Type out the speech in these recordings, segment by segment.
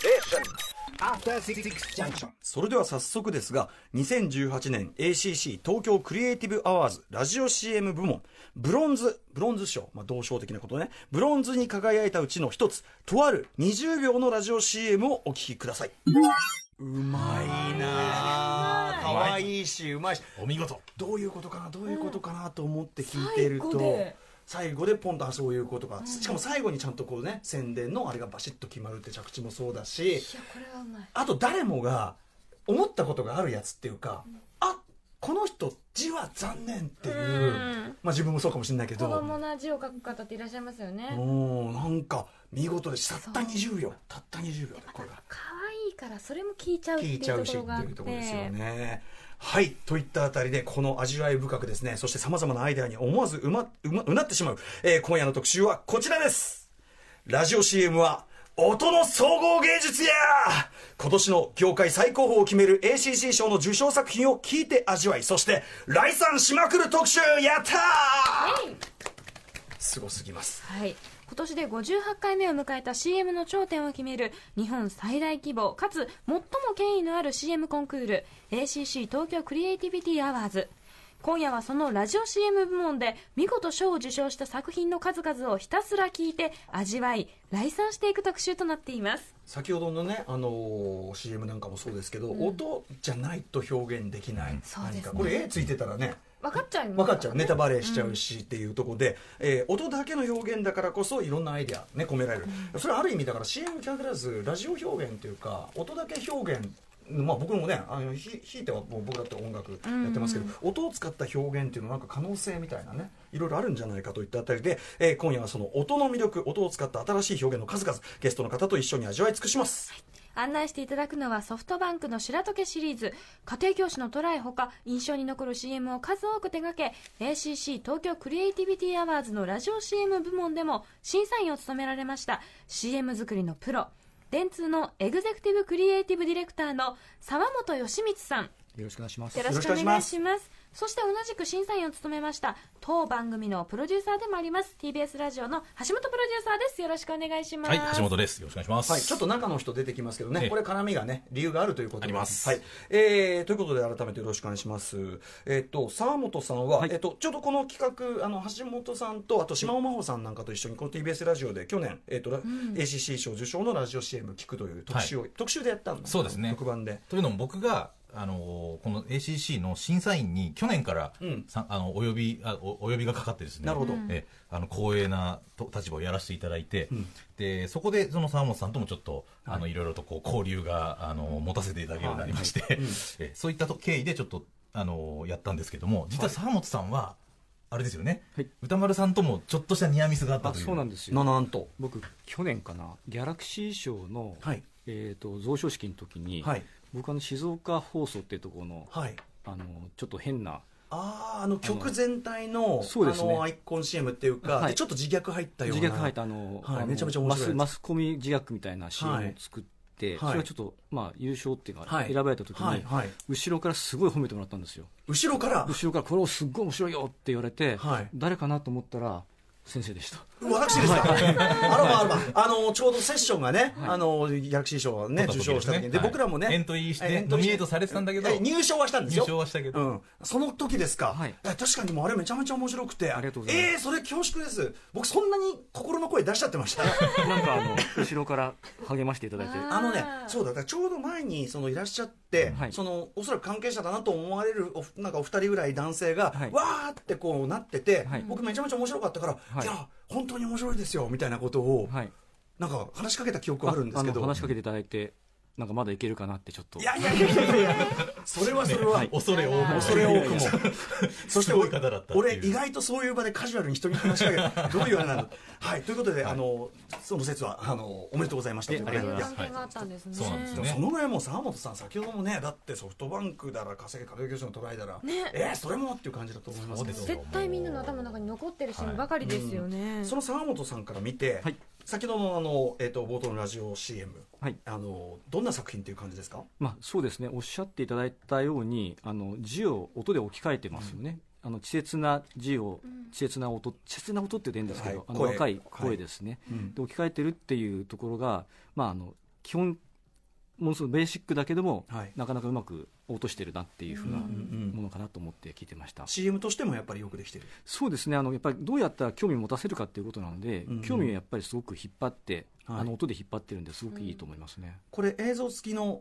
After Six Junction。 それでは早速ですが、2018年 ACC 東京クリエイティブアワーズラジオ CM 部門ブロンズ賞、同賞的なことね、ブロンズに輝いたうちの一つ、とある20秒のラジオ CM をお聞きください。うまいなぁ、かわいいしうまいし、 お見事。 どういうことかなと思って聞いてると、最後でポンとそういうことが、しかも最後にちゃんとこうね、宣伝のあれがバシッと決まるって着地もそうだし、 いやこれはうまい。 あと誰もが思ったことがあるやつっていうか、あ、この人字は残念っていう、自分もそうかもしれないけど、 子供な字を書く方っていらっしゃいますよね。 なんか見事でたった20秒でこれが可愛いからそれも聞いちゃうっていうところがあって、 聞いちゃうしっていうところですよね。はい、といったあたりで、この味わい深くですね、そして様々なアイデアに思わずうなってしまう、今夜の特集はこちらです。ラジオ CM は音の総合芸術や。今年の業界最高峰を決める ACC 賞の受賞作品を聞いて味わい、そして来賛しまくる特集、やったー、すごすぎます。 はい、今年で58回目を迎えた CM の頂点を決める日本最大規模かつ最も権威のある CM コンクール ACC 東京クリエイティビティアワーズ。今夜はそのラジオ CM 部門で見事賞を受賞した作品の数々をひたすら聞いて味わい来賛していく特集となっています。 先ほどのね、CM なんかもそうですけど、音じゃないと表現できない、何かこれ絵ついてたらね分かっちゃう、 ネタバレしちゃうしっていうところで、音だけの表現だからこそいろんなアイデア、ね、込められる、それはある意味だから CM に限らずラジオ表現というか音だけ表現、僕もねひいてはもう僕だって音楽やってますけど、音を使った表現っていうのはなんか可能性みたいなね、いろいろあるんじゃないかといったあたりで、今夜はその音の魅力、音を使った新しい表現の数々、ゲストの方と一緒に味わい尽くします。 案内していただくのはソフトバンクの白時シリーズ、家庭教師のトライほか印象に残る CM を数多く手掛け ACC 東京クリエイティビティアワーズのラジオ CM 部門でも審査員を務められました CM 作りのプロ、電通のエグゼクティブクリエイティブディレクターの沢本義光さん、 よろしくお願いします。 よろしくお願いします。そして同じく審査員を務めました当番組のプロデューサーでもあります TBS ラジオの橋本プロデューサーです。よろしくお願いします。 はい、橋本です。よろしくお願いします。 はい、ちょっと中の人出てきますけどね、これ絡みがね理由があるということであります。 はい、ということで改めてよろしくお願いします。沢本さんは、ちょうどこの企画橋本さんとあと島尾真帆さんなんかと一緒にこの TBS ラジオで去年、ACC 賞受賞のラジオ CM 聞くという特集を、特集でやったんです。 そうですね、 特番で。 というのも僕がこの ACC の審査員に去年から、お呼びがかかってですね、 なるほど、 光栄な立場をやらせていただいて、でそこでその沢本さんともちょっといろいろとこう交流が持たせていただけるようになりまして、そういった経緯でちょっとやったんですけども、実は沢本さんはあれですよね、歌丸さんともちょっとしたニアミスがあったという。 そうなんですよ。 なんと僕去年かな、ギャラクシー賞の、贈賞式の時に、僕静岡放送っていうところの、ちょっと変な曲全体のアイコン CM っていうか、ちょっと自虐入ったような、めちゃめちゃ面白いマスコミ自虐みたいな CM を作って、それがちょっと優勝っていうか選ばれた時に、後ろからすごい褒めてもらったんですよ。後ろからこれをすっごい面白いよって言われて、誰かなと思ったら先生でした。 私ですか。ちょうどセッションがね、ギャラクシー賞をね受賞した時に、で僕らもねエントリーしてノミネートされてたんだけど、 入賞はしたんですよ。 入賞はしたけど、 その時ですか。確かにもうあれめちゃめちゃ面白くて、 ありがとうございます。 それ恐縮です。僕そんなに心の声出しちゃってました。 なんか後ろから励ましていただいて、 そうだ、ちょうど前にいらっしゃって、おそらく関係者だなと思われるなんかお二人ぐらい男性がわーってこうなってて、僕めちゃめちゃ面白かったから、いや本当に面白いですよみたいなことを、なんか話しかけた記憶があるんですけど、 話しかけていただいて、なんかまだいけるかなってちょっと。 いやそれは恐れ多くもそして多い方だった。 俺意外とそういう場でカジュアルに人に話しかけるどういうあれなの。はい、ということで、その説はおめでとうございました。 ありがとうございます。関係があったんですね。 そうなんですね。 そのぐらいもう沢本さん先ほどもね、だってソフトバンクだら稼げ家庭教師のトライだら、それもっていう感じだと思いますけど、 絶対みんなの頭の中に残ってるシーンばかりですよね。 その沢本さんから見て、先ほどの冒頭のラジオ CM、どんな作品っていう感じですか。 そうですね、おっしゃっていただいたように字を音で置き換えてますよね。稚拙な字を稚拙な音って言うんですけど、若い声ですね、で置き換えてるっていうところが、基本ものすごくベーシックだけども、なかなかうまく落としてるなっていうふうなものかなと思って聞いてました。 CM としてもやっぱりよくできてる。 そうですね、やっぱりどうやったら興味を持たせるかっていうことなので、興味をやっぱりすごく引っ張って、音で引っ張ってるんですごくいいと思いますね。 これ映像付きの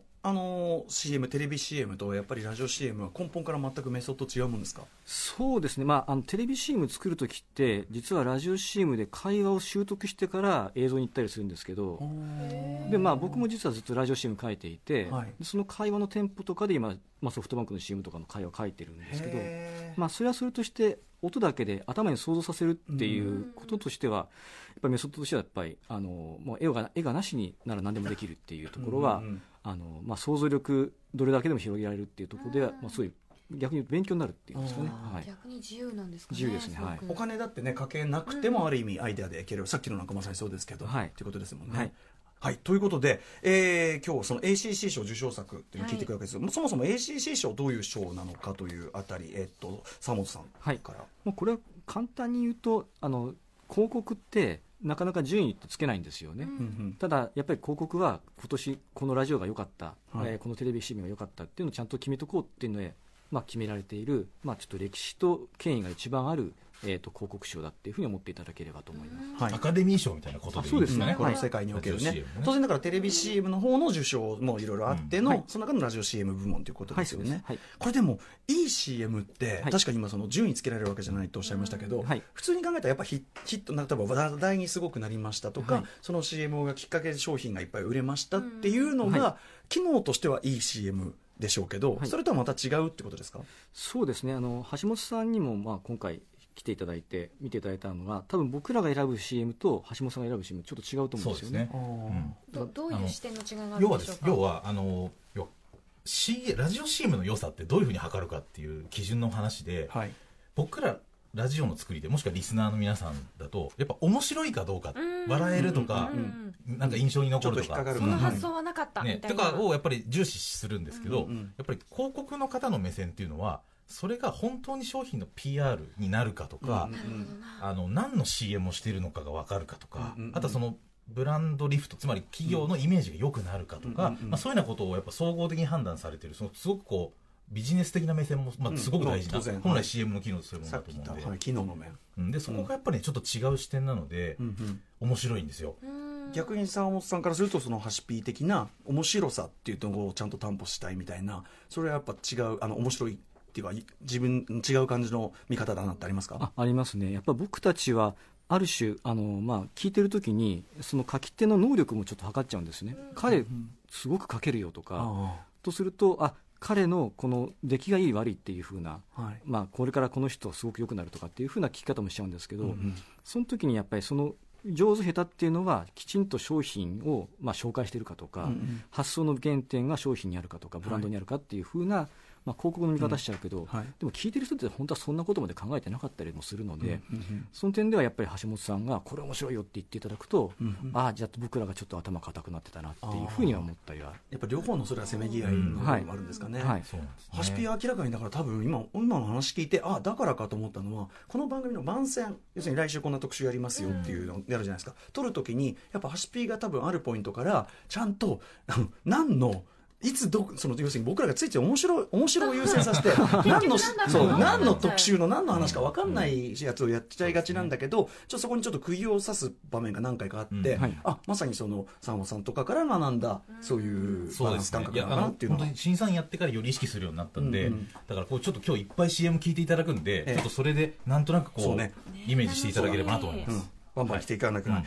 CM、テレビ CM とやっぱりラジオ CM は根本から全くメソッド違うもんですか？そうですね、 テレビ CM 作るときって実はラジオ CM で会話を習得してから映像に行ったりするんですけど、で、僕も実はずっとラジオ CM 書いていて、その会話のテンポとかで今、ソフトバンクの CM とかの会話を書いてるんですけど、それはそれとして音だけで頭に想像させるっていうこととしては、やっぱりメソッドとしてはやっぱりもう絵がなしになら何でもできるっていうところは、想像力どれだけでも広げられるっていうところでは、そういう逆に勉強になるっていうんですかね。 逆に自由なんですかね。 自由ですね。 お金だってねかけなくてもある意味アイデアでいける、さっきのなんかまさにそうですけど、ということですもんね。ということで、今日その ACC 賞受賞作っていうのを聞いていくわけですけど、そもそも ACC 賞どういう賞なのかというあたり、沢本さんから。 これは簡単に言うと広告ってなかなか順位ってつけないんですよね。ただやっぱり広告は今年このラジオが良かった、このテレビ CM が良かったっていうのをちゃんと決めとこうっていうので、決められている、ちょっと歴史と権威が一番ある広告賞だっていうふうに思っていただければと思います。 アカデミー賞みたいなことでいいですね。 この世界におけるね。当然だからテレビ CM の方の受賞もいろいろあっての、その中のラジオ CM 部門ということですよね。これでもいい CM って確かに今その順位つけられるわけじゃないとおっしゃいましたけど、普通に考えたらやっぱヒット、例えば話題にすごくなりましたとか、その CM がきっかけで商品がいっぱい売れましたっていうのが機能としてはいい CMでしょうけど、それとはまた違うってことですか？ そうですね、橋本さんにも今回来ていただいて見ていただいたのは、多分僕らが選ぶ CM と橋本さんが選ぶ CM ちょっと違うと思うんですよね。 どういう視点の違いがあるんでしょうか？ 要はラジオ CM の良さってどういうふうに測るかっていう基準の話で、僕らラジオの作りでもしくはリスナーの皆さんだとやっぱ面白いかどうか、笑えるとか、なんか印象に残るとか、 その発想はなかったみたいな、 とかをやっぱり重視するんですけど、やっぱり広告の方の目線っていうのはそれが本当に商品の PR になるかとか、何の CM をしているのかが分かるかとか、あとはそのブランドリフト、つまり企業のイメージが良くなるかとか、そういうようなことをやっぱ総合的に判断されている、すごくビジネス的な目線も、すごく大事な、本来 CM の機能とするものだと思うので、 機能の面でそこがやっぱりちょっと違う視点なので、面白いんですよ。 逆に沢本さんからするとそのハシピー的な面白さっていうのをちゃんと担保したいみたいな、それはやっぱ違う面白いっていうか自分違う感じの見方だなってありますか？ ありますね。やっぱ僕たちはある種聞いてる時にその書き手の能力もちょっと測っちゃうんですね。彼すごく書けるよとか、とすると彼のこの出来がいい悪いっていう風な、これからこの人すごく良くなるとかっていう風な聞き方もしちゃうんですけど、その時にやっぱりその上手下手っていうのはきちんと商品を紹介しているかとか、発想の原点が商品にあるかとかブランドにあるかっていう風な、広告の見方しちゃうけど、でも聞いてる人って本当はそんなことまで考えてなかったりもするので、その点ではやっぱり橋本さんがこれ面白いよって言っていただくと、じゃあ僕らがちょっと頭固くなってたなっていうふうには思ったりは、 やっぱり両方のそれはせめぎ合いの部分もあるんですかね。ハシピーは明らかにだから多分今の話聞いてだからかと思ったのは、この番組の番宣、要するに来週こんな特集やりますよっていうのをやるじゃないですか。撮るときにやっぱハシピーが多分あるポイントからちゃんと何のいつその要するに僕らがついて面白を優先させて何の特集の何の話か分かんないやつをやっちゃいがちなんだけど、そこにちょっと釘を刺す場面が何回かあって、まさにその沢本さんとかから学んだそういうバランス感覚なのかなっていうのは、 本当に新さんやってからより意識するようになったんで、だからちょっと今日いっぱい CM 聞いていただくんで、ちょっとそれでなんとなくイメージしていただければなと思います。 バンバン来ていかなきゃいけない。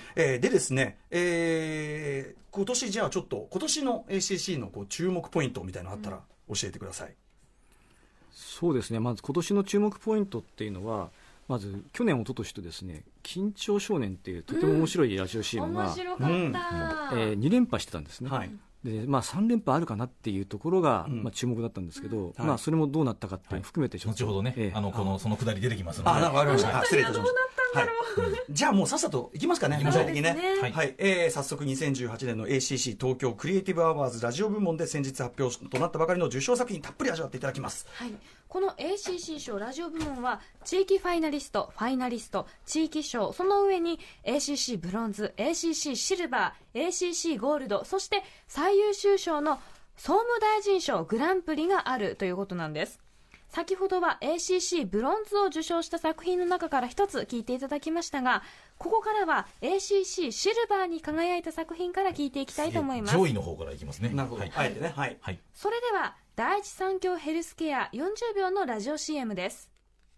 でですね、今年じゃあちょっと今年の ACC の注目ポイントみたいなのあったら教えてください。 そうですね、まず今年の注目ポイントっていうのは、まず去年一昨年とですね、緊張少年っていうとても面白いラジオ CM が、2連覇してたんですね。で3連覇あるかなっていうところが、注目だったんですけど、それもどうなったかっていうのを含めて後ほどね、そのくだり出てきますので。 わかりました。失礼いたしました。 だろう、 じゃあもうさっさといきますかね、具体的にね。 はい、 早速2018年の ACC 東京クリエイティブアワーズラジオ部門で先日発表となったばかりの受賞作品たっぷり味わっていただきます。 はい、この ACC 賞ラジオ部門は地域ファイナリスト、地域賞、その上に ACC ブロンズ、ACC シルバー、ACC ゴールド、そして最優秀賞の総務大臣賞グランプリがあるということなんです。先ほどは ACC ブロンズを受賞した作品の中から一つ聞いていただきましたが、ここからは ACC シルバーに輝いた作品から聞いていきたいと思います。 上位の方からいきますね。 なるほど、あえてね。はい、 それでは第一三共ヘルスケア40秒のラジオ CM です。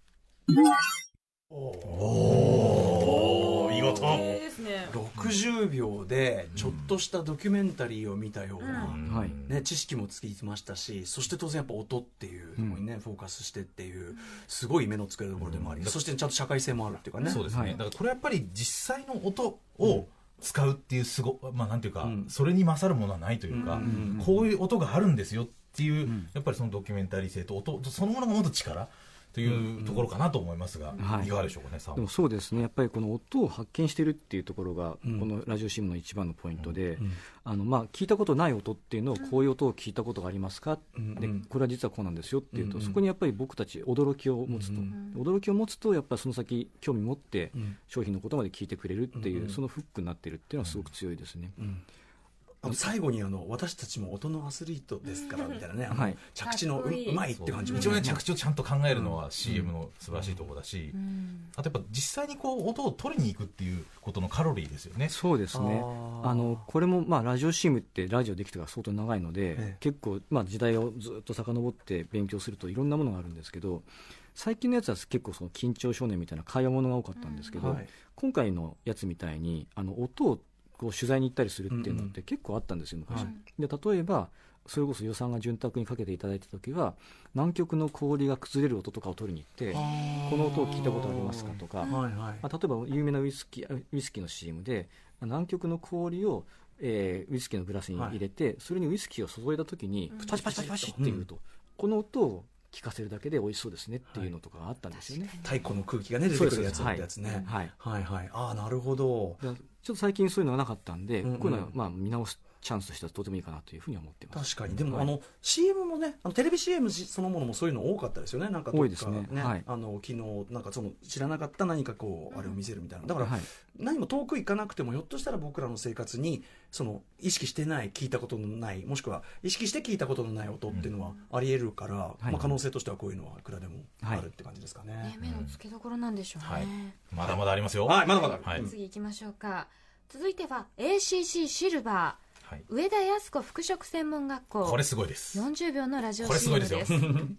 おー、見事。 ですね。 60秒でちょっとしたドキュメンタリーを見たような、ね、知識もつきましたし、そして当然やっぱ音っていうのにね、フォーカスしてっていうすごい目のつけるところでもあり、そしてちゃんと社会性もあるっていうかね。 そうですね、だからこれやっぱり実際の音を使うっていうまあなんていうか、それに勝るものはないというか、こういう音があるんですよっていう、やっぱりそのドキュメンタリー性と音そのものが持つ力というところかなと思いますが、いかがでしょうかね。 でもそうですね、やっぱりこの音を発見しているっていうところが、このラジオ CM の一番のポイントで、聞いたことない音っていうのを、こういう音を聞いたことがありますか、でこれは実はこうなんですよっていうと、そこにやっぱり僕たち驚きを持つと、驚きを持つとやっぱりその先興味持って商品のことまで聞いてくれるっていう、そのフックになっているっていうのはすごく強いですね。 最後に私たちも音のアスリートですからみたいなね、着地のうまいっていう感じも、 一応ね、着地をちゃんと考えるのは CM の素晴らしいところだし、あとやっぱ実際にこう音を取りに行くっていうことのカロリーですよね。 そうですね、これもラジオ CM ってラジオできてから相当長いので、結構時代をずっと遡って勉強するといろんなものがあるんですけど、最近のやつは結構その緊張少年みたいな会話ものが多かったんですけど、今回のやつみたいに音をこう取材に行ったりするっていうのって結構あったんですよ、昔。で例えばそれこそ予算が潤沢にかけていただいた時は、南極の氷が崩れる音とかを取りに行って、この音を聞いたことありますかとか、例えば有名なウイスキーの CM で南極の氷をウイスキーのグラスに入れて、それにウイスキーを注いだ時にパチパチパチパチっていうと、この音を聞かせるだけで美味しそうですねっていうのとかがあったんですよね。 太古の空気がね出てくるやつってやつね。なるほど。 ちょっと最近そういうのがなかったんで、こういうのは見直すチャンスとしてはとてもいいかなというふうに思ってます。 確かに。でもCM もね、テレビ CM そのものもそういうの多かったですよね。なんか多いですね。 昨日なんかその知らなかった何かこうあれを見せるみたいな。だから何も遠く行かなくても、ひょっとしたら僕らの生活にその意識してない、聞いたことのない、もしくは意識して聞いたことのない音っていうのはあり得るから、可能性としてはこういうのはいくらでもあるって感じですかね。 目の付けどころなんでしょうね。 まだまだありますよ。 まだまだ。 次行きましょうか。続いては ACC シルバー、上田靖子服飾専門学校。 これすごいです。 40秒のラジオ CM です。 これすごいですよ。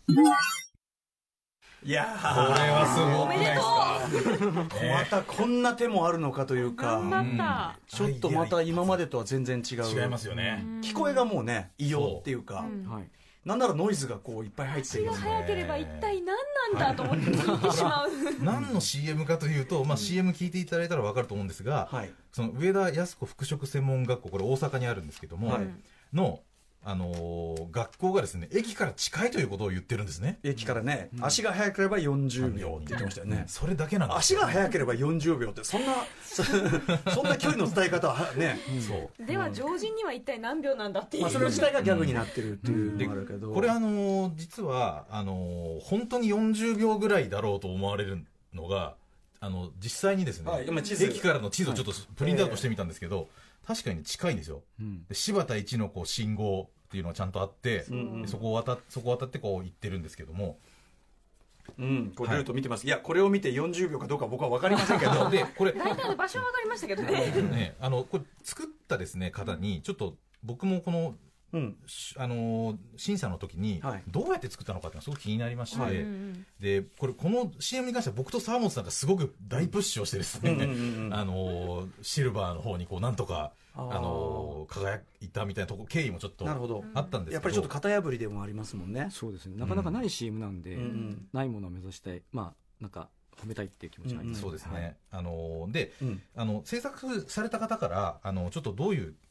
いやー、これはすごくないですか。 またこんな手もあるのかというか、 頑張った。 ちょっとまた今までとは全然違いますよね。 聞こえがもうね、異様っていうか、なんならノイズがこういっぱい入ってる。 足が速ければ一体何なんだと思って聞いてしまう。 何の CM かというと、CM 聞いていただいたら分かると思うんですが、その上田靖子服飾専門学校、これ大阪にあるんですけども、の学校がですね、駅から近いということを言ってるんですね。 駅からね、足が速ければ40秒って言ってましたよね。 それだけなんです。 足が速ければ40秒ってそんな距離の伝え方はね。 では常人には一体何秒なんだっていう。 それ自体がギャグになってるっていうのがあるけど、 これ実は本当に40秒ぐらいだろうと思われるのが、実際にですね、駅からの地図をちょっとプリントアウトしてみたんですけど、確かに近いんですよ。で柴田一のこう信号っていうのがちゃんとあって、そこを渡ってこう行ってるんですけども、 これルート見てます。いや、これを見て40秒かどうか僕は分かりませんけど、 でこれ大体の場所は分かりましたけどね。 これ作ったですね方にちょっと僕もこの審査の時にどうやって作ったのかっていうのがすごく気になりまして、でこの CM に関しては僕と沢本さんがすごく大プッシュをしてですね、シルバーの方にこうなんとか輝いたみたいな経緯もちょっとあったんですけど、 やっぱりちょっと型破りでもありますもんね。 そうですね、なかなかない CM なんで、ないものを目指したい、なんか褒めたいっていう気持ちがあります。 そうですね。で、制作された方からちょっとどういう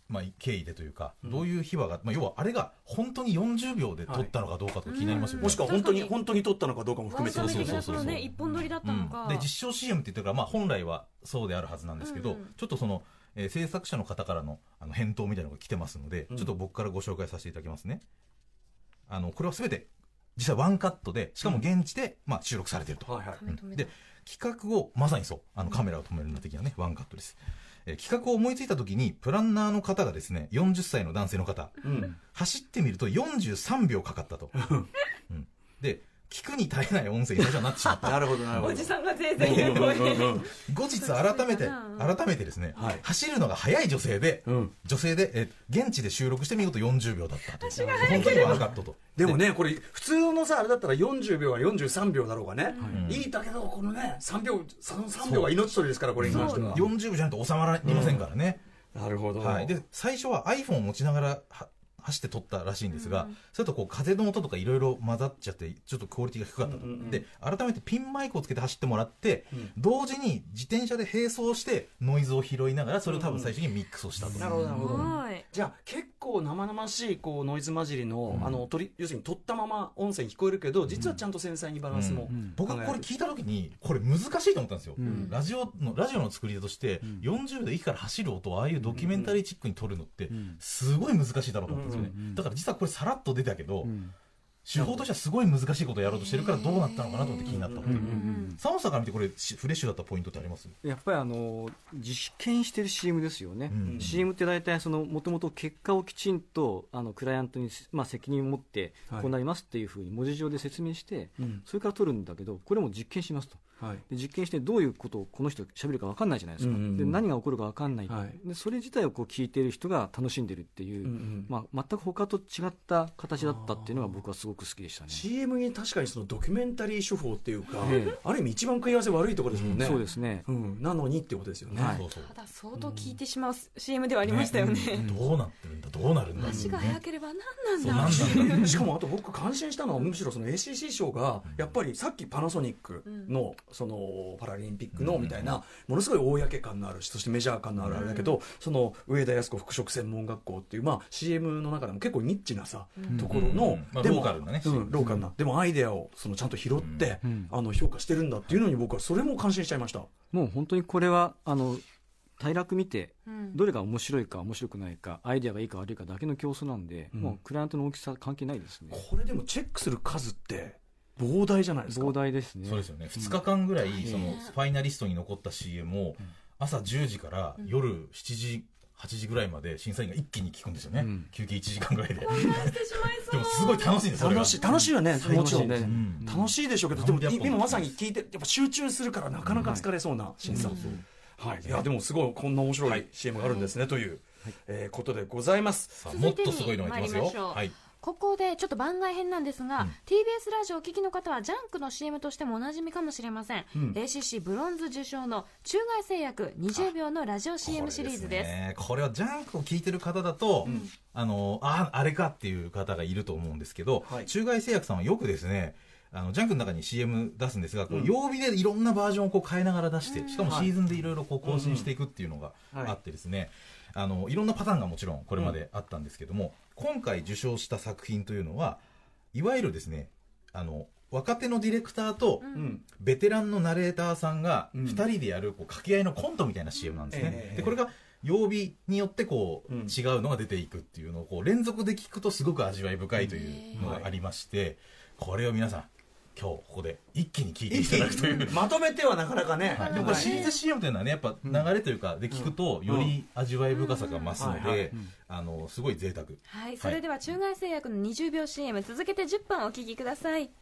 経緯でというか、どういう秘話が、要はあれが本当に40秒で撮ったのかどうかとか気になりますよね。 もしくは本当に撮ったのかどうかも含めて。 そうね、一本撮りだったのか。 で実証 CM って言ってるから、本来はそうであるはずなんですけど、ちょっとその、制作者の方からの返答みたいなのが来てますので、ちょっと僕からご紹介させていただきますね。これは全て実際ワンカットで、しかも現地で、収録されていると。で企画をまさにそうカメラを止めるの的なねワンカットです。企画を思いついた時にプランナーの方がですね、40歳の男性の方、走ってみると43秒かかったと、で聞くに耐えない音声に最初はなってしまったなるほどなるほど。 おじさんがぜいぜい言う声で後日改めてですね、走るのが速い女性で、現地で収録して見事40秒だったと。本当にワンカットと。 でもね、これ普通のさあれだったら40秒は43秒だろうがね、いいだけどこのね3秒は命取りですから、これに関しては 40秒じゃないと収まりませんからね。 なるほど。 で最初は iPhone を持ちながら走って撮ったらしいんですが、それと風の音とかいろいろ混ざっちゃってちょっとクオリティが低かったと。で改めてピンマイクをつけて走ってもらって、同時に自転車で並走してノイズを拾いながら、それを多分最初にミックスをしたと。 なるほどなるほど。じゃあ結構生々しいノイズ混じりの、要するに撮ったまま音声に聞こえるけど、実はちゃんと繊細にバランスも、 僕はこれ聞いた時にこれ難しいと思ったんですよ。ラジオの作り手として40秒で駅から走る音をああいうドキュメンタリーチックに撮るのってすごい難しいだろうと思ったんですよね。だから実はこれさらっと出たけど、手法としてはすごい難しいことをやろうとしてるから、どうなったのかなと思って気になった。サモさんから見てこれフレッシュだったポイントってあります？ やっぱり実験してる CM ですよね。CM って大体もともと結果をきちんとクライアントに責任を持ってこうなりますっていうふうに文字上で説明して、それから取るんだけど、これも実験しますと。で実験してどういうことをこの人喋るか分かんないじゃないですか。で何が起こるか分かんない、でそれ自体を聞いている人が楽しんでるっていう、全く他と違った形だったっていうのが僕はすごく好きでしたね。 CM に確かにそのドキュメンタリー手法っていうか、ある意味一番食い合わせ悪いところですもんね。 そうですね、 なのにってことですよね。 ただ相当聞いてしまう CM ではありましたよね。 どうなってるんだ、どうなるんだ、 足が速ければ何なんだ。 しかもあと僕感心したのは、むしろその ACC 賞がやっぱりさっきパナソニックのそのパラリンピックのみたいなものすごい公感のあるし、そしてメジャー感のあるあれだけど、その上田靖子服飾専門学校っていう、CM の中でも結構ニッチなさところの、 でもローカルなね、 ローカルな、でもアイデアをちゃんと拾って評価してるんだっていうのに、僕はそれも感心しちゃいました。 もう本当にこれは平らく見て、どれが面白いか面白くないか、アイデアがいいか悪いかだけの競争なんで、もうクライアントの大きさ関係ないですね。 これでもチェックする数って膨大じゃないですか。 膨大ですね。 そうですよね。2日間ぐらいそのファイナリストに残った CM を朝10時から夜7時8時ぐらいまで審査員が一気に聞くんですよね。休憩1時間ぐらいで。でもすごい楽しいんですよ。 楽しいよね。もちろんね、楽しいでしょうけど、でも今まさに聞いてやっぱ集中するからなかなか疲れそうな審査。いやでもすごいこんな面白い CM があるんですねということでございます。 もっとすごいのがいきますよ。 ここでちょっと番外編なんですが、TBS ラジオをお聞きの方はジャンクの CM としてもおなじみかもしれません、ACC ブロンズ受賞の中外製薬20秒のラジオ CM シリーズです。 これはジャンクを聞いてる方だと、あれかっていう方がいると思うんですけど、中外製薬さんはよくですね、ジャンクの中に CM 出すんですが、曜日でいろんなバージョンを変えながら出して、しかもシーズンでいろいろ更新していくっていうのがあってですね、いろんなパターンがもちろんこれまであったんですけども、今回受賞した作品というのはいわゆるですね、若手のディレクターとベテランのナレーターさんが2人でやる掛け合いのコントみたいな CM なんですね。でこれが曜日によって違うのが出ていくっていうのを連続で聞くとすごく味わい深いというのがありまして、これを皆さん今日ここで一気に聞いていただくというまとめてはなかなかね、 でもこれシリーズ CM というのはね、やっぱ流れというかで聞くとより味わい深さが増すので、すごい贅沢。 はい、それでは中外製薬の20秒 CM 続けて10分お聞きください。い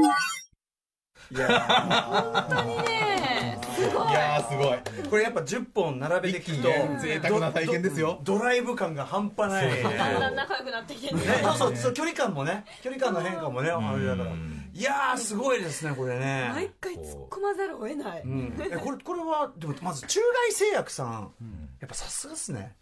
や本当にね、すごい。 いやすごい。 これやっぱ10本並べて聞くと贅沢な体験ですよ。 ドライブ感が半端ない。 だんだん仲良くなってきてね。 そう距離感もね、距離感の変化もね、あれだから。いやーすごいですねこれね。 毎回突っ込まざるを得ない。 これはでもまず中外製薬さん、やっぱさすがですね。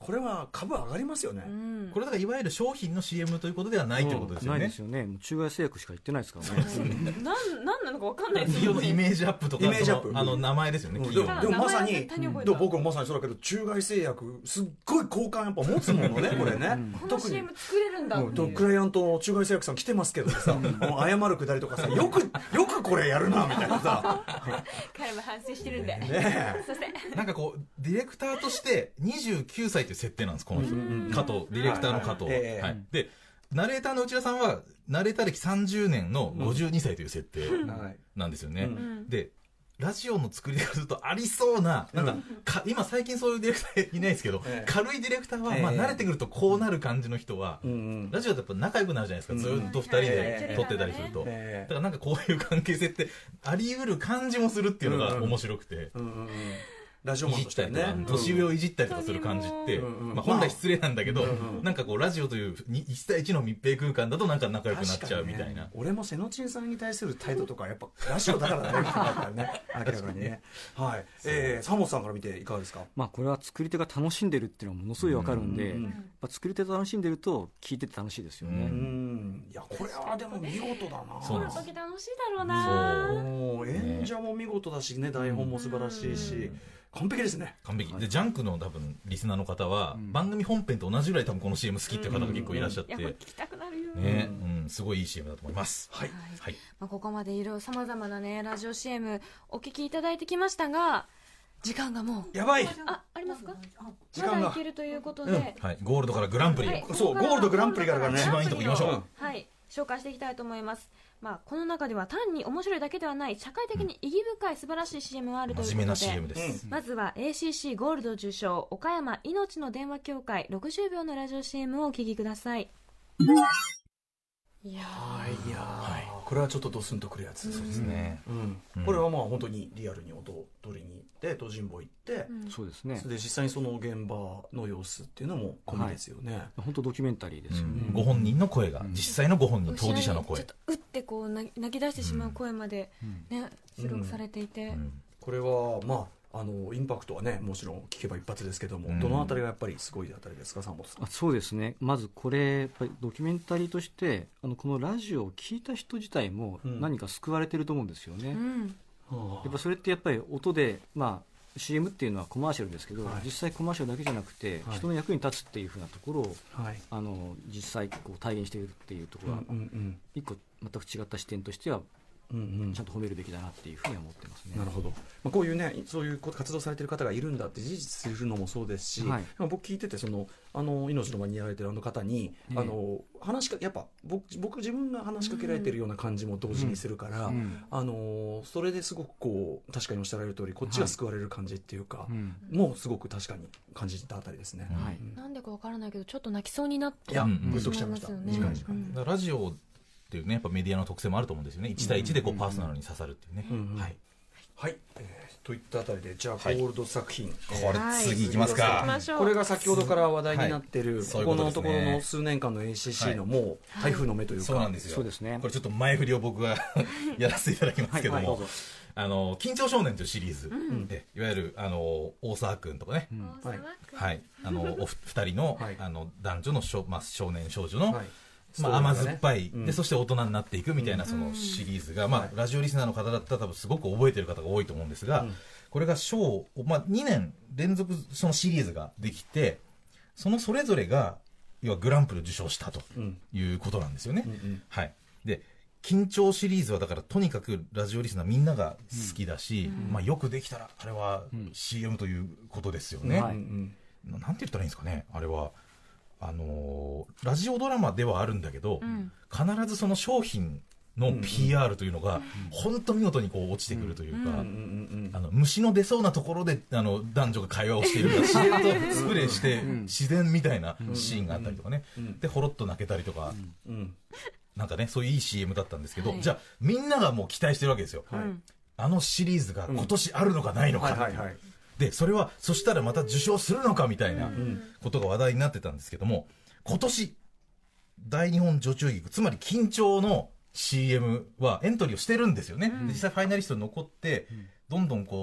これは株上がりますよね。 これだからいわゆる商品の CM ということではないということですよね。 ないですよね。もう中外製薬しか言ってないですからね。 なんなのか分かんないです企業のイメージアップとか、名前ですよね、企業でもまさに、僕もまさにそうだけど、中外製薬、すっごい好感やっぱ持つものね、これね。 この CM 作れるんだっていう。 クライアントの中外製薬さん来てますけどさ、謝るくだりとかさ、よくこれやるな、みたいなさ。 彼も反省してるんで。 なんかこう、ディレクターとして29歳という設定なんです、この人。加藤、ディレクターの加藤。で、ナレーターの内田さんは、ナレーター歴30年の52歳という設定なんですよね。で、ラジオの作り方するとありそうな、なんか、今最近そういうディレクターいないですけど、軽いディレクターは、まあ慣れてくるとこうなる感じの人は、ラジオってやっぱ仲良くなるじゃないですか、ずっと2人で撮ってたりすると。だからなんかこういう関係性ってあり得る感じもするっていうのが面白くて。 ラジオマンとしてね、 年上をいじったりとかする感じって、本来失礼なんだけど、なんかこうラジオという1対1の密閉空間だとなんか仲良くなっちゃうみたいな。 俺も瀬野珍さんに対する態度とかやっぱラジオだからね、明らかにね。はい。佐本さんから見ていかがですか。 まあこれは作り手が楽しんでるっていうのはものすごいわかるんで、やっぱ作り手が楽しんでると聞いてて楽しいですよね。 いやこれはでも見事だな。 この時楽しいだろうな。 演者も見事だしね、台本も素晴らしいし。完璧ですね。 完璧で、ジャンクの多分リスナーの方は、番組本編と同じぐらい多分この CM 好きっていう方が結構いらっしゃって、 聞きたくなるよね、すごいいい CM だと思います。 はい、 まあ、ここまでいろいろさまざまなねラジオ CM お聞きいただいてきましたが、時間がもうやばい。 ありますか。 時間がまだいけるということで、 はい、ゴールドからグランプリ、 そうゴールドグランプリからね、 一番いいとこ行きましょう。 はい、紹介していきたいと思います。まあ、この中では単に面白いだけではない社会的に意義深い素晴らしい CM があるということで、 真面目な CM です。 まずは ACC ゴールド受賞岡山いのちの電話協会60秒のラジオ CM をお聞きください。いやこれはちょっとドスンとくるやつ。 そうですね。 これはまあ本当にリアルに音取りに行って東尋坊行って、 そうですね。 で実際にその現場の様子っていうのも込みですよね。 本当ドキュメンタリーですよね。 ご本人の声が、実際のご本人、当事者の声。 ちょっとうってこう泣き出してしまう声までね出力されていて、 これはまあインパクトはねもちろん聞けば一発ですけども、どのあたりがやっぱりすごいあたりですか、佐本さん。 そうですね。まずこれやっぱりドキュメンタリーとしてこのラジオを聞いた人自体も何か救われてると思うんですよね。やっぱそれってやっぱり音で、まあ CM っていうのはコマーシャルですけど、実際コマーシャルだけじゃなくて、人の役に立つっていうふうなところを、実際こう体現しているっていうところは、一個全く違った視点としてはちゃんと褒めるべきだなっていうふうには思ってますね。 なるほど。こういうね、そういう活動されている方がいるんだって事実するのもそうですし、僕聞いてて命の場にやられてる方に、やっぱ僕自分が話しかけられてるような感じも同時にするから、それですごくこう確かにおっしゃられる通りこっちが救われる感じっていうか、もうすごく確かに感じたあたりですね。 なんでかわからないけどちょっと泣きそうになってグッときちゃいました。 ラジオっていうね、やっぱメディアの特性もあると思うんですよね。1対1でこうパーソナルに刺さるっていうね。 はい、といったあたりで、じゃあゴールド作品、 これ次いきますか。 これが先ほどから話題になってる、ここのところの数年間の ACC のもう台風の目というか、 そうなんですよ。 そうですね。 これちょっと前振りを僕がやらせていただきますけども、緊張少年というシリーズで、いわゆる大沢君とかね、お二人の男女の少年少女の甘酸っぱい、でそして大人になっていくみたいなそのシリーズが、ラジオリスナーの方だったら多分すごく覚えてる方が多いと思うんですが、これが2年連続そのシリーズができて、それぞれが要はグランプリを受賞したということなんですよね。で緊張シリーズはだからとにかくラジオリスナーみんなが好きだし、よくできたらあれは CM ということですよね。なんて言ったらいいんですかね、あれは。ラジオドラマではあるんだけど、必ずその商品の PR というのが本当見事にこう落ちてくるというか、虫の出そうなところで男女が会話をしているから自然とスプレーして自然みたいなシーンがあったりとかね、でほろっと泣けたりとか、なんかねそういういい CM だったんですけど、じゃあみんながもう期待してるわけですよ。シリーズが今年あるのかないのか、でそれはそしたらまた受賞するのかみたいなことが話題になってたんですけども、今年大日本女中菊、つまり緊張の CM はエントリーをしてるんですよね。実際ファイナリストに残ってどんどんこう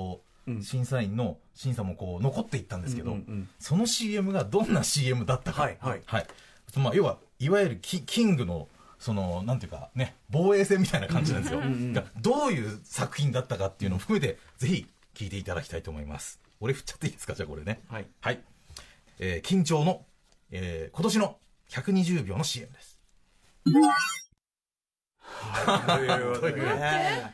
審査員の審査もこう残っていったんですけど、その CM がどんな CM だったか、まあ、要はいわゆるキングのそのなんていうかね、防衛戦みたいな感じなんですよ、がどういう作品だったかっていうのを含めてぜひ聞いていただきたいと思います。俺振っちゃっていいですか、じゃあこれね。はい、緊張の、今年の120秒の CM です。というね、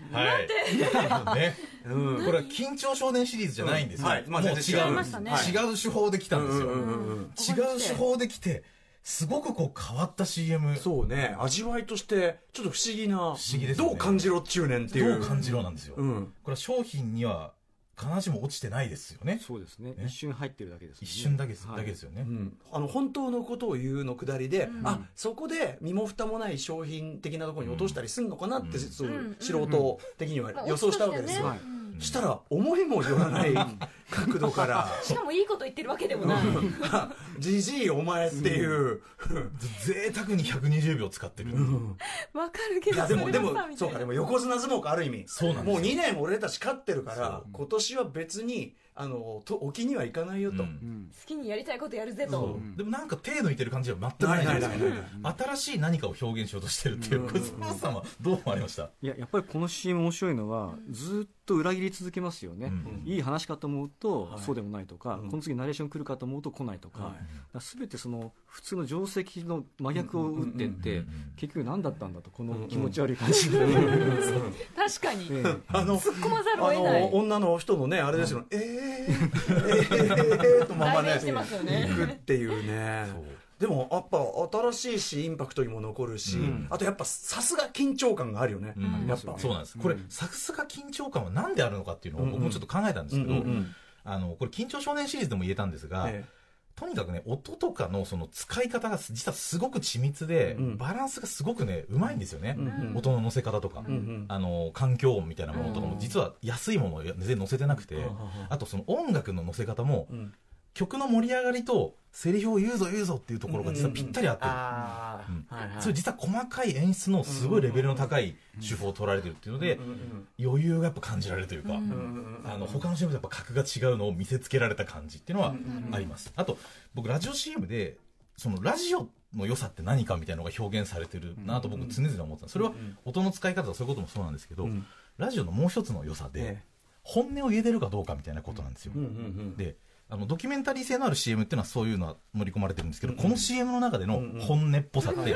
これは緊張少年シリーズじゃないんですよ。もう違う手法で来たんですよ。違う手法で来て、すごくこう変わった CM。 そうね、味わいとしてちょっと不思議な、不思議ですね。 どう感じろっちゅうねんっていう、 どう感じろなんですよ。これは商品には必ずしも落ちてないですよね。 そうですね、一瞬入ってるだけですよね。 一瞬だけですよね。 本当のことを言うのくだりで、そこで身も蓋もない商品的なところに落としたりするのかなって、素人的には予想したわけですよ。したら思いもよらない角度からしかもいいこと言ってるわけでもないじじいお前っていう贅沢に120秒使ってる。 わかるけど、 でもそうか、でも横綱相撲か、ある意味そうなんですよ。 もう2年俺たち勝ってるから、今年は別に沖にはいかないよと、好きにやりたいことやるぜと。 でもなんか手抜いてる感じは全くないですよね。新しい何かを表現しようとしてるっていう。松本さんはどう思われました？ やっぱりこの CM 面白いのはずっと裏切り続けますよね。いい話かと思うとそうでもないとか、この次ナレーション来るかと思うと来ないとか、全てその普通の定石の真逆を打っていって、結局何だったんだと、この気持ち悪い感じで確かに突っ込まざるを得ない。 女の人のね、あれですよ、とままね行くっていうね。でもやっぱ新しいしインパクトにも残るし、あとやっぱさすが緊張感があるよね。やっぱそうなんです。これさすが緊張感は何であるのかっていうのを僕もちょっと考えたんですけど、これ緊張少年シリーズでも言えたんですが、とにかくね、音とかのその使い方が実はすごく緻密で、バランスがすごくねうまいんですよね。音の乗せ方とか、環境音みたいなものとかも実は安いものを全然乗せてなくて、あとその音楽の乗せ方も、曲の盛り上がりとセリフを言うぞっていうところが実はぴったり合ってる。それ実は細かい演出のすごいレベルの高い手法を取られてるっていうので、余裕がやっぱ感じられるというか、他の CM とやっぱ格が違うのを見せつけられた感じっていうのはあります。あと僕ラジオ CM でそのラジオの良さって何かみたいなのが表現されてるなと僕常々思ってた。それは音の使い方とかそういうこともそうなんですけど、ラジオのもう一つの良さで本音を言えてるかどうかみたいなことなんですよ。でドキュメンタリー性のある CM っていうのはそういうのは盛り込まれてるんですけど、この CM の中での本音っぽさって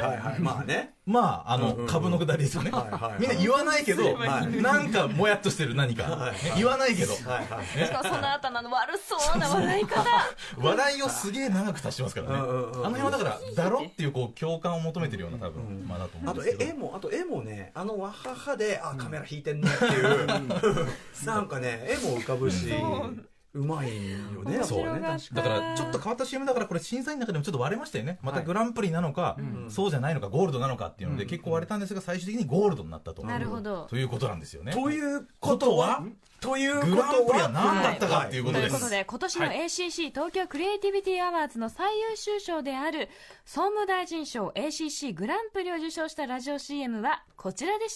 株のくだりですよね。みんな言わないけど、なんかもやっとしてる何か言わないけど、しかもその後の悪そうな笑い方笑いをすげえ長く足してますからね。あの辺はだからだろっていうこう共感を求めてるような多分だと思うんですけど、 あと絵もね、わははでカメラ引いてんねっていうなんかね絵も浮かぶしうまいよね。 そうね。だからちょっと変わった CM だから、これ審査員の中でもちょっと割れましたよね。またグランプリなのか、そうじゃないのか、ゴールドなのかっていうので結構割れたんですが、最終的にゴールドになったと。 なるほど。 ということなんですよね。 ということはグランプリは何だったかっていうことです。 ということで、今年の ACC 東京クリエイティビティアワーズの最優秀賞である総務大臣賞 ACC グランプリを受賞したラジオ CM はこちらでした。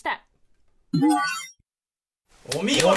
お見事。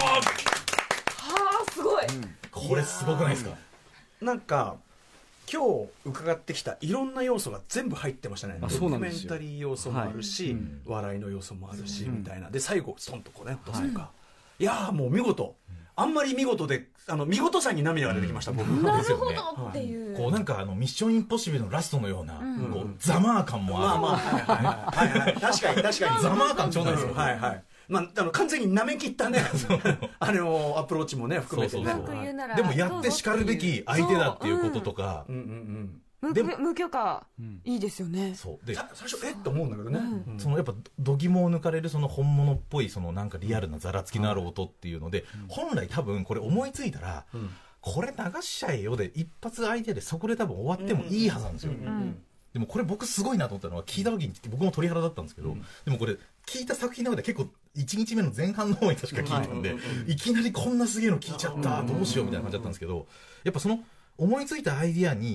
すごい、 これすごくないですか？ なんか今日伺ってきたいろんな要素が全部入ってましたね。ドキュメンタリー要素もあるし、笑いの要素もあるし、みたいなで最後ストンとこうね落とすとか、いやもう見事、あんまり見事で見事さに涙が出てきました、僕。 なるほどっていう、 こうなんかミッションインポッシブルのラストのような、こうザマー感もある。確かにザマー感ちょうどですよ。 完全に舐め切ったねアプローチもね含めてね。 でもやってしかるべき相手だっていうこととか、 無許可いいですよね。 最初って思うんだけどね、 そのやっぱ度肝を抜かれるその本物っぽいそのなんかリアルなざらつきのある音っていうので、本来多分これ思いついたらこれ流しちゃえよで一発アイデアでそこで多分終わってもいいはずなんですよ。でもこれ僕すごいなと思ったのは、聞いた時に僕も鳥肌だったんですけど、でもこれ聞いた作品の中で結構1日目の前半の方に確か聞いたんで、いきなりこんなすげえの聞いちゃったどうしようみたいな感じだったんですけど、やっぱその思いついたアイディアに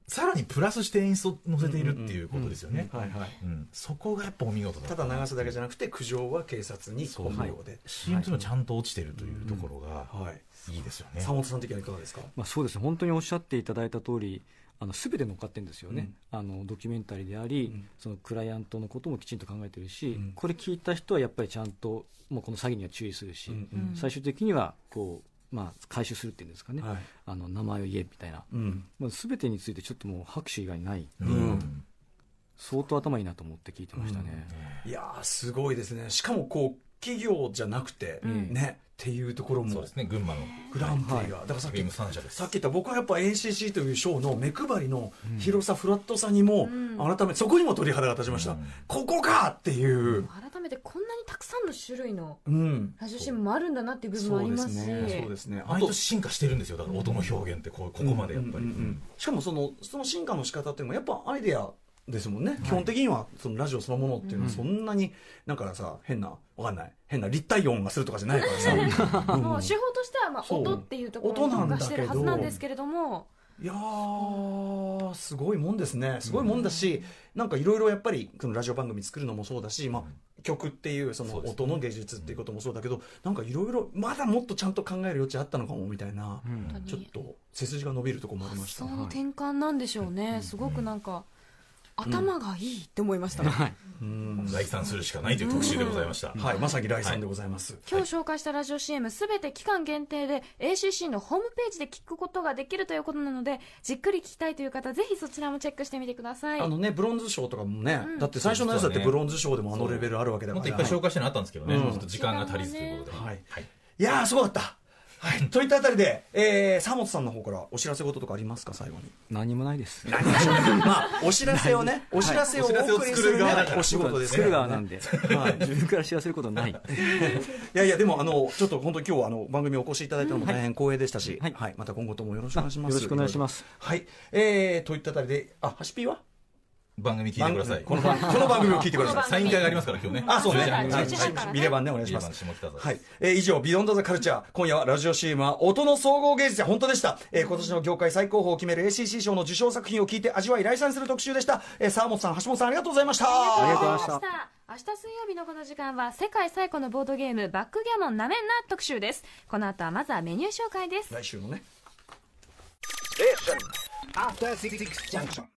さらにプラスして演出を載せているっていうことですよね。そこがやっぱお見事だった。 ただ流すだけじゃなくて苦情は警察に本名で CM というのはちゃんと落ちてるというところがいいですよね。 坂本さん的にはいかがですか？ そうですね、本当におっしゃっていただいた通り全て乗っかってるんですよね、ドキュメンタリーであり、そのクライアントのこともきちんと考えてるし、これ聞いた人はやっぱりちゃんともうこの詐欺には注意するし、最終的にはこう回収するっていうんですかね、名前を言えみたいな、全てについてちょっともう拍手以外ない、相当頭いいなと思って聞いてましたね。 いやーすごいですね。しかもこう企業じゃなくて、ねっていうところも、 そうですね、群馬のグランプリが、だからさっき言った僕はやっぱ ACC という賞の目配りの広さ、フラットさにも、改めてそこにも鳥肌が立ちました、ここかっていう。 改めてこんなにたくさんの種類のラジオ CM もあるんだなっていう部分もありますし、 そうですね、 毎年進化してるんですよ。だから音の表現ってここまでやっぱり、 しかもその進化の仕方っていうのもやっぱアイデアですもんね、基本的にはそのラジオそのものっていうのはそんなになんかさ変な立体音がするとかじゃないからさもう手法としては音っていうところに特化してるはずなんですけれども、 いやーすごいもんですね。すごいもんだし、なんかいろいろやっぱりそのラジオ番組作るのもそうだし、曲っていうその音の芸術っていうこともそうだけど、なんかいろいろまだもっとちゃんと考える余地あったのかもみたいな、ちょっと背筋が伸びるところもありました。 その転換なんでしょうね。すごくなんか頭がいいって思いました。 来賛するしかないという特集でございました。 まさに来賛でございます。 今日紹介したラジオ CM すべて期間限定で ACC のホームページで聞くことができるということなので、じっくり聞きたいという方ぜひそちらもチェックしてみてください。 ブロンズ賞とかもね、だって最初のやつだってブロンズ賞でもレベルあるわけだから、 もっといっぱい紹介してのあったんですけどね、ちょっと時間が足りずということで、 いやーすごかった。といったあたりで、沢本さんの方からお知らせ事とかありますか？最後に。 何もないです。 お知らせをね、お知らせをお送りするお仕事ですね。 作る側なんで、自分から知らせることない。いやでもちょっと本当に今日は番組にお越しいただいたのも大変光栄でしたし、また今後ともよろしくお願いします。 よろしくお願いします。 といったあたりで、ハシピーは番組聞いてください。 この番組を聞いてください。 サイン会がありますから今日ね。 そうね。ビレバンねお願いします。以上ビヨンドザカルチャー、今夜はラジオ CM は音の総合芸術や本当でした。今年の業界最高峰を決める ACC 賞の受賞作品を聞いて味わい来賛する特集でした。沢本さん、橋本さんありがとうございました。 ありがとうございました。明日水曜日のこの時間は世界最古のボードゲームバックギャモンなめんな特集です。この後はまずはメニュー紹介です。 来週のね。